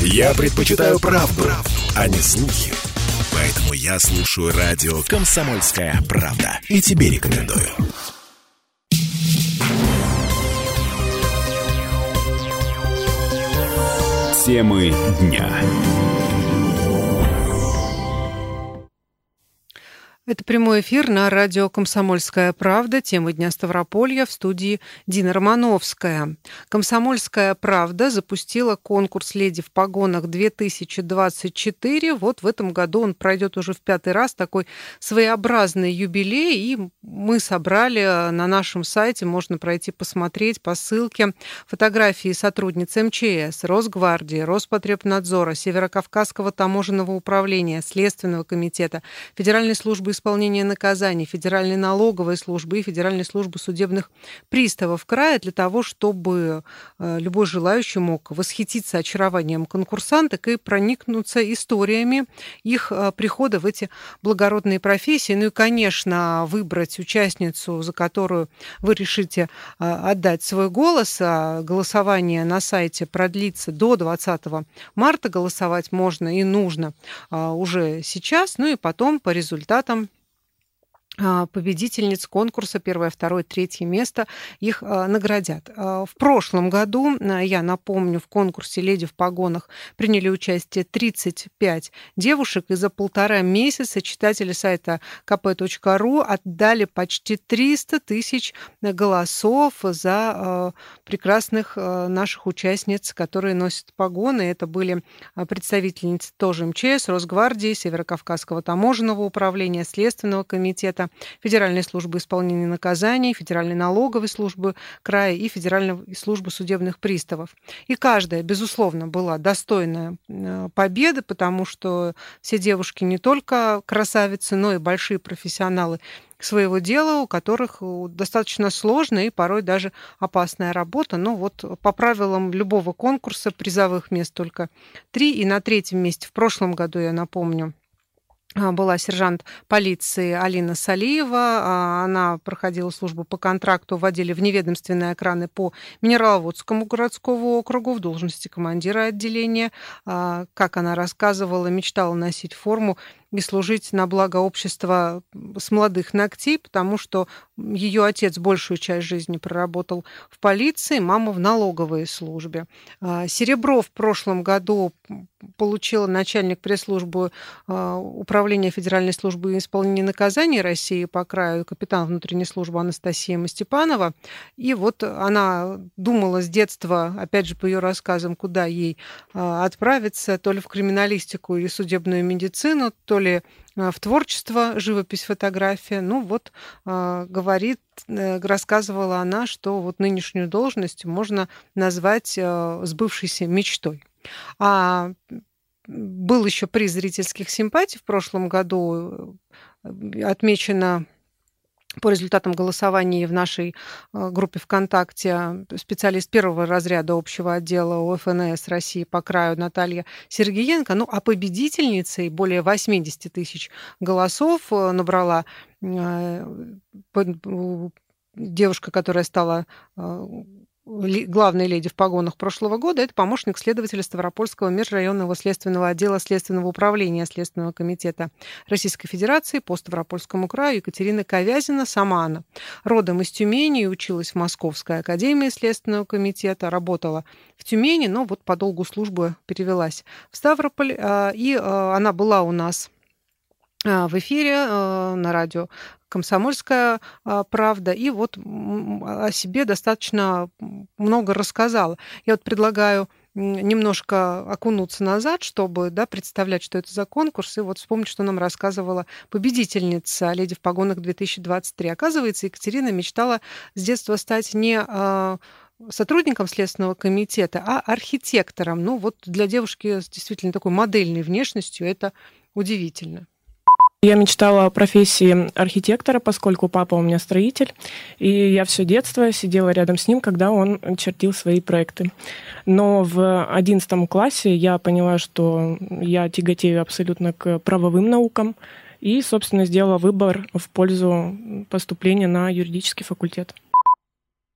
Я предпочитаю правду, а не слухи. Поэтому я слушаю радио «Комсомольская правда». И тебе рекомендую. Темы дня. Это прямой эфир на радио «Комсомольская правда». Тема дня Ставрополья, в студии Дина Романовская. «Комсомольская правда» запустила конкурс «Леди в погонах-2024». Вот в этом году он пройдет уже в 5-й раз, такой своеобразный юбилей. И мы собрали на нашем сайте, можно пройти посмотреть по ссылке, фотографии сотрудниц МЧС, Росгвардии, Роспотребнадзора, Северокавказского таможенного управления, Следственного комитета, Федеральной службы исполнения наказаний, Федеральной налоговой службы и Федеральной службы судебных приставов края для того, чтобы любой желающий мог восхититься очарованием конкурсанток и проникнуться историями их прихода в эти благородные профессии. Ну и, конечно, выбрать участницу, за которую вы решите отдать свой голос. Голосование на сайте продлится до 20 марта. Голосовать можно и нужно уже сейчас. Ну и потом по результатам победительниц конкурса 1, 2, 3 место их наградят. В прошлом году, я напомню, в конкурсе «Леди в погонах» приняли участие 35 девушек, и за 1,5 месяца читатели сайта kp.ru отдали почти 300 тысяч голосов за прекрасных наших участниц, которые носят погоны. Это были представительницы тоже МЧС, Росгвардии, Северокавказского таможенного управления, Следственного комитета, Федеральной службы исполнения наказаний, Федеральной налоговой службы края и Федеральной службы судебных приставов. И каждая, безусловно, была достойная победы, потому что все девушки не только красавицы, но и большие профессионалы своего дела, у которых достаточно сложная и порой даже опасная работа. Но вот по правилам любого конкурса призовых мест только 3, и на 3-м месте в прошлом году, я напомню, была сержант полиции Алина Салиева. Она проходила службу по контракту в отделе вневедомственной охраны по Минераловодскому городскому округу в должности командира отделения. Как она рассказывала, мечтала носить форму и служить на благо общества с молодых ногтей, потому что ее отец большую часть жизни проработал в полиции, мама в налоговой службе. Серебро в прошлом году получила начальник пресс-службы Управления Федеральной службы исполнения наказаний России по краю, капитан внутренней службы Анастасия Мастепанова. И вот она думала с детства, опять же, по ее рассказам, куда ей отправиться, то ли в криминалистику и судебную медицину, то ли в творчество, живопись, фотография. Ну вот, рассказывала она, что вот нынешнюю должность можно назвать сбывшейся мечтой. Был еще приз зрительских симпатий в прошлом году, отмечено по результатам голосования в нашей группе ВКонтакте специалист 1-го разряда общего отдела ОФНС России по краю Наталья Сергеенко. Ну, а победительницей более 80 тысяч голосов набрала девушка, которая стала главной леди в погонах прошлого года. Это помощник следователя Ставропольского межрайонного следственного отдела Следственного управления Следственного комитета Российской Федерации по Ставропольскому краю Екатерина Ковязина. Сама она родом из Тюмени и училась в Московской академии Следственного комитета, работала в Тюмени, но вот по долгу службы перевелась в Ставрополь. И она была у нас в эфире на радио «Комсомольская правда», и вот о себе достаточно много рассказала. Я вот предлагаю немножко окунуться назад, чтобы представлять, что это за конкурс, и вот вспомнить, что нам рассказывала победительница «Леди в погонах 2023». Оказывается, Екатерина мечтала с детства стать не сотрудником Следственного комитета, а архитектором. Ну вот для девушки с действительно такой модельной внешностью это удивительно. Я мечтала о профессии архитектора, поскольку папа у меня строитель, и я все детство сидела рядом с ним, когда он чертил свои проекты. Но в 11 классе я поняла, что я тяготею абсолютно к правовым наукам, и, собственно, сделала выбор в пользу поступления на юридический факультет.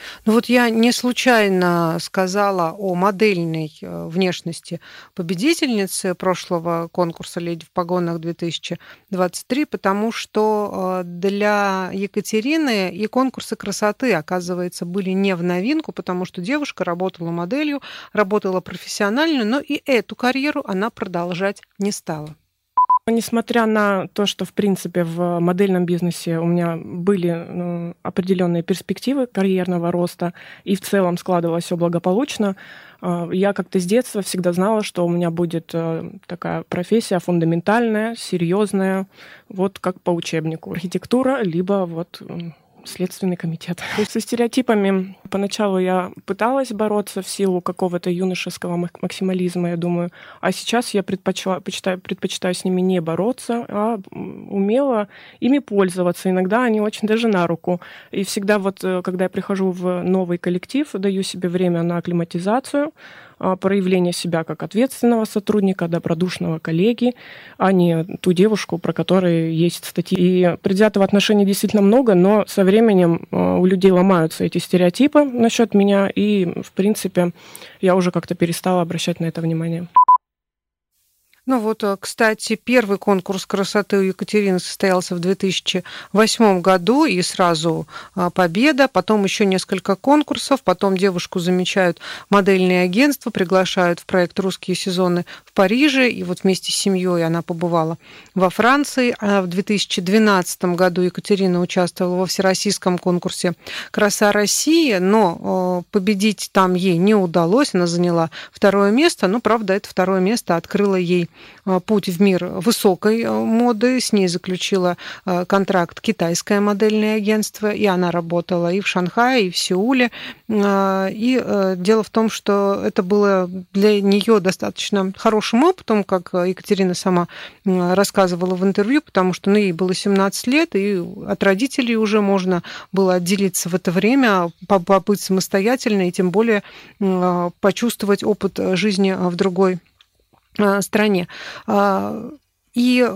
Ну вот я не случайно сказала о модельной внешности победительницы прошлого конкурса «Леди в погонах-2023», потому что для Екатерины и конкурсы красоты, оказывается, были не в новинку, потому что девушка работала моделью, работала профессионально, но и эту карьеру она продолжать не стала. Несмотря на то, что, в принципе, в модельном бизнесе у меня были определенные перспективы карьерного роста, и в целом складывалось все благополучно, я как-то с детства всегда знала, что у меня будет такая профессия фундаментальная, серьезная, вот как по учебнику. Архитектура, либо вот Следственный комитет. Со стереотипами поначалу я пыталась бороться в силу какого-то юношеского максимализма, я думаю, а сейчас я предпочитаю с ними не бороться, а умело ими пользоваться. Иногда они очень даже на руку. И всегда вот, когда я прихожу в новый коллектив, даю себе время на акклиматизацию, проявление себя как ответственного сотрудника, добродушного коллеги, а не ту девушку, про которую есть статьи. И предвзятого отношения действительно много, но со временем у людей ломаются эти стереотипы насчет меня, и, в принципе, я уже как-то перестала обращать на это внимание. Ну вот, кстати, первый конкурс красоты у Екатерины состоялся в 2008 году, и сразу победа, потом еще несколько конкурсов, потом девушку замечают модельные агентства, приглашают в проект «Русские сезоны» в Париже, и вот вместе с семьей она побывала во Франции. А в 2012 году Екатерина участвовала во всероссийском конкурсе «Краса России», но победить там ей не удалось, она заняла второе место, но, правда, это второе место открыло ей путь в мир высокой моды. С ней заключила контракт китайское модельное агентство, и она работала и в Шанхае, и в Сеуле. И дело в том, что это было для нее достаточно хорошим опытом, как Екатерина сама рассказывала в интервью, потому что ей было 17 лет, и от родителей уже можно было отделиться в это время, побыть самостоятельно и тем более почувствовать опыт жизни в другой стране. И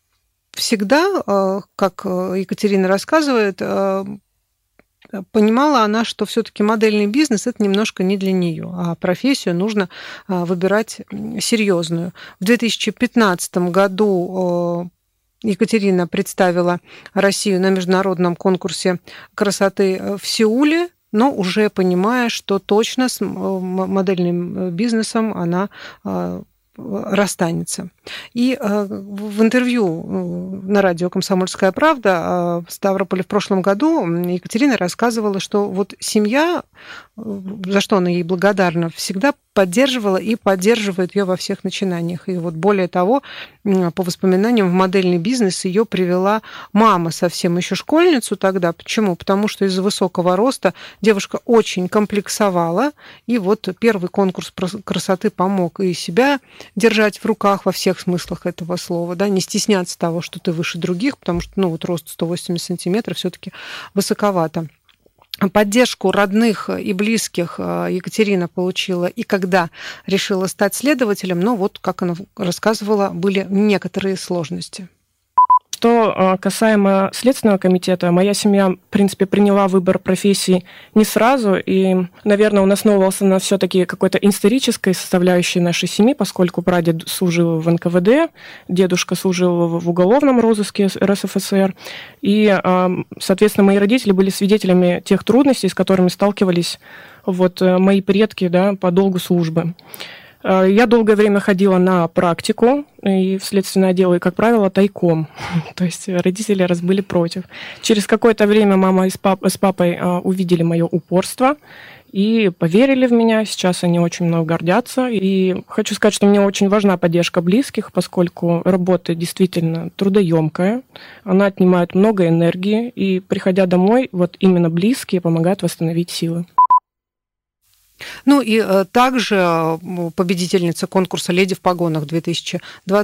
всегда, как Екатерина рассказывает, понимала она, что все-таки модельный бизнес это немножко не для нее, а профессию нужно выбирать серьезную. В 2015 году Екатерина представила Россию на международном конкурсе красоты в Сеуле, но уже понимая, что точно с модельным бизнесом она расстанется. И в интервью на радио «Комсомольская правда» в Ставрополе в прошлом году Екатерина рассказывала, что вот семья, за что она ей благодарна, всегда поддерживала и поддерживает ее во всех начинаниях. И вот более того, по воспоминаниям, в модельный бизнес ее привела мама, совсем еще школьницу тогда. Почему? Потому что из-за высокого роста девушка очень комплексовала, и вот первый конкурс красоты помог и себя держать в руках во всех смыслах этого слова, да, не стесняться того, что ты выше других, потому что, вот рост 180 сантиметров все-таки высоковато. Поддержку родных и близких Екатерина получила и когда решила стать следователем, но вот, как она рассказывала, были некоторые сложности. Что касаемо Следственного комитета, моя семья, в принципе, приняла выбор профессии не сразу, и, наверное, он основывался на все-таки какой-то исторической составляющей нашей семьи, поскольку прадед служил в НКВД, дедушка служил в уголовном розыске РСФСР, и, соответственно, мои родители были свидетелями тех трудностей, с которыми сталкивались мои предки, да, по долгу службы. Я долгое время ходила на практику и в следственное отдел, и, как правило, тайком. То есть родители были против. Через какое-то время мама с папой увидели мое упорство и поверили в меня. Сейчас они очень много гордятся. И хочу сказать, что мне очень важна поддержка близких, поскольку работа действительно трудоемкая. Она отнимает много энергии. И, приходя домой, именно близкие помогают восстановить силы. Ну и также победительница конкурса «Леди в погонах-2023»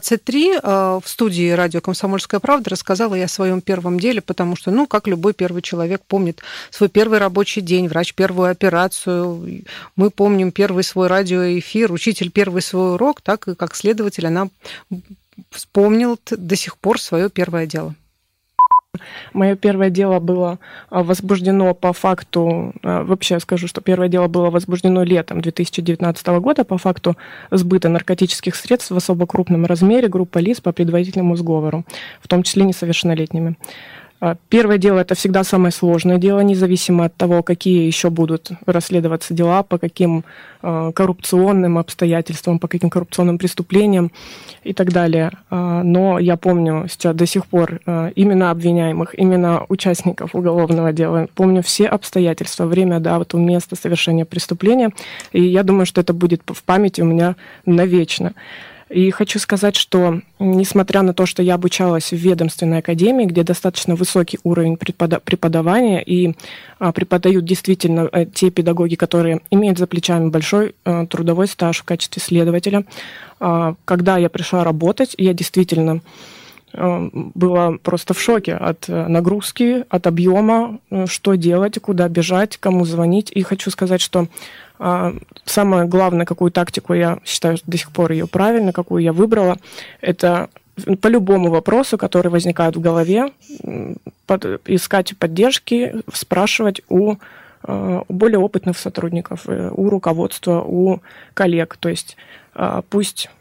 в студии радио «Комсомольская правда» рассказала и о своем первом деле, потому что, как любой первый человек помнит свой первый рабочий день, врач первую операцию, мы помним первый свой радиоэфир, учитель первый свой урок, так и как следователь она вспомнила до сих пор свое первое дело. Мое первое дело было возбуждено по факту, вообще я скажу, что первое дело было возбуждено летом 2019 года по факту сбыта наркотических средств в особо крупном размере группой лиц по предварительному сговору, в том числе несовершеннолетними. Первое дело – это всегда самое сложное дело, независимо от того, какие еще будут расследоваться дела, по каким коррупционным обстоятельствам, по каким коррупционным преступлениям и так далее. Но я помню сейчас до сих пор имена обвиняемых, имена участников уголовного дела, помню все обстоятельства, время, дату, место совершения преступления, и я думаю, что это будет в памяти у меня навечно. И хочу сказать, что несмотря на то, что я обучалась в ведомственной академии, где достаточно высокий уровень преподавания, и преподают действительно те педагоги, которые имеют за плечами большой трудовой стаж в качестве следователя, когда я пришла работать, я действительно была просто в шоке от нагрузки, от объема, что делать, куда бежать, кому звонить. И хочу сказать, что самое главное, какую тактику я считаю до сих пор ее правильно, какую я выбрала, это по любому вопросу, который возникает в голове, искать поддержки, спрашивать у более опытных сотрудников, у руководства, у коллег. То есть пусть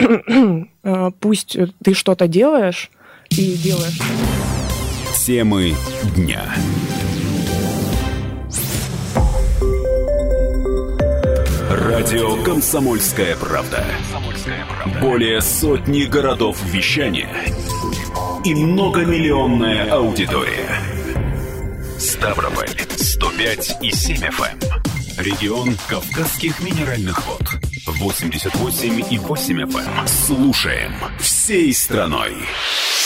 ты что-то делаешь и делаешь. Темы дня. Радио «Комсомольская правда». Более сотни городов вещания и многомиллионная аудитория. Ставрополь 105,7 FM. Регион Кавказских минеральных вод 88,8 FM. Слушаем всей страной.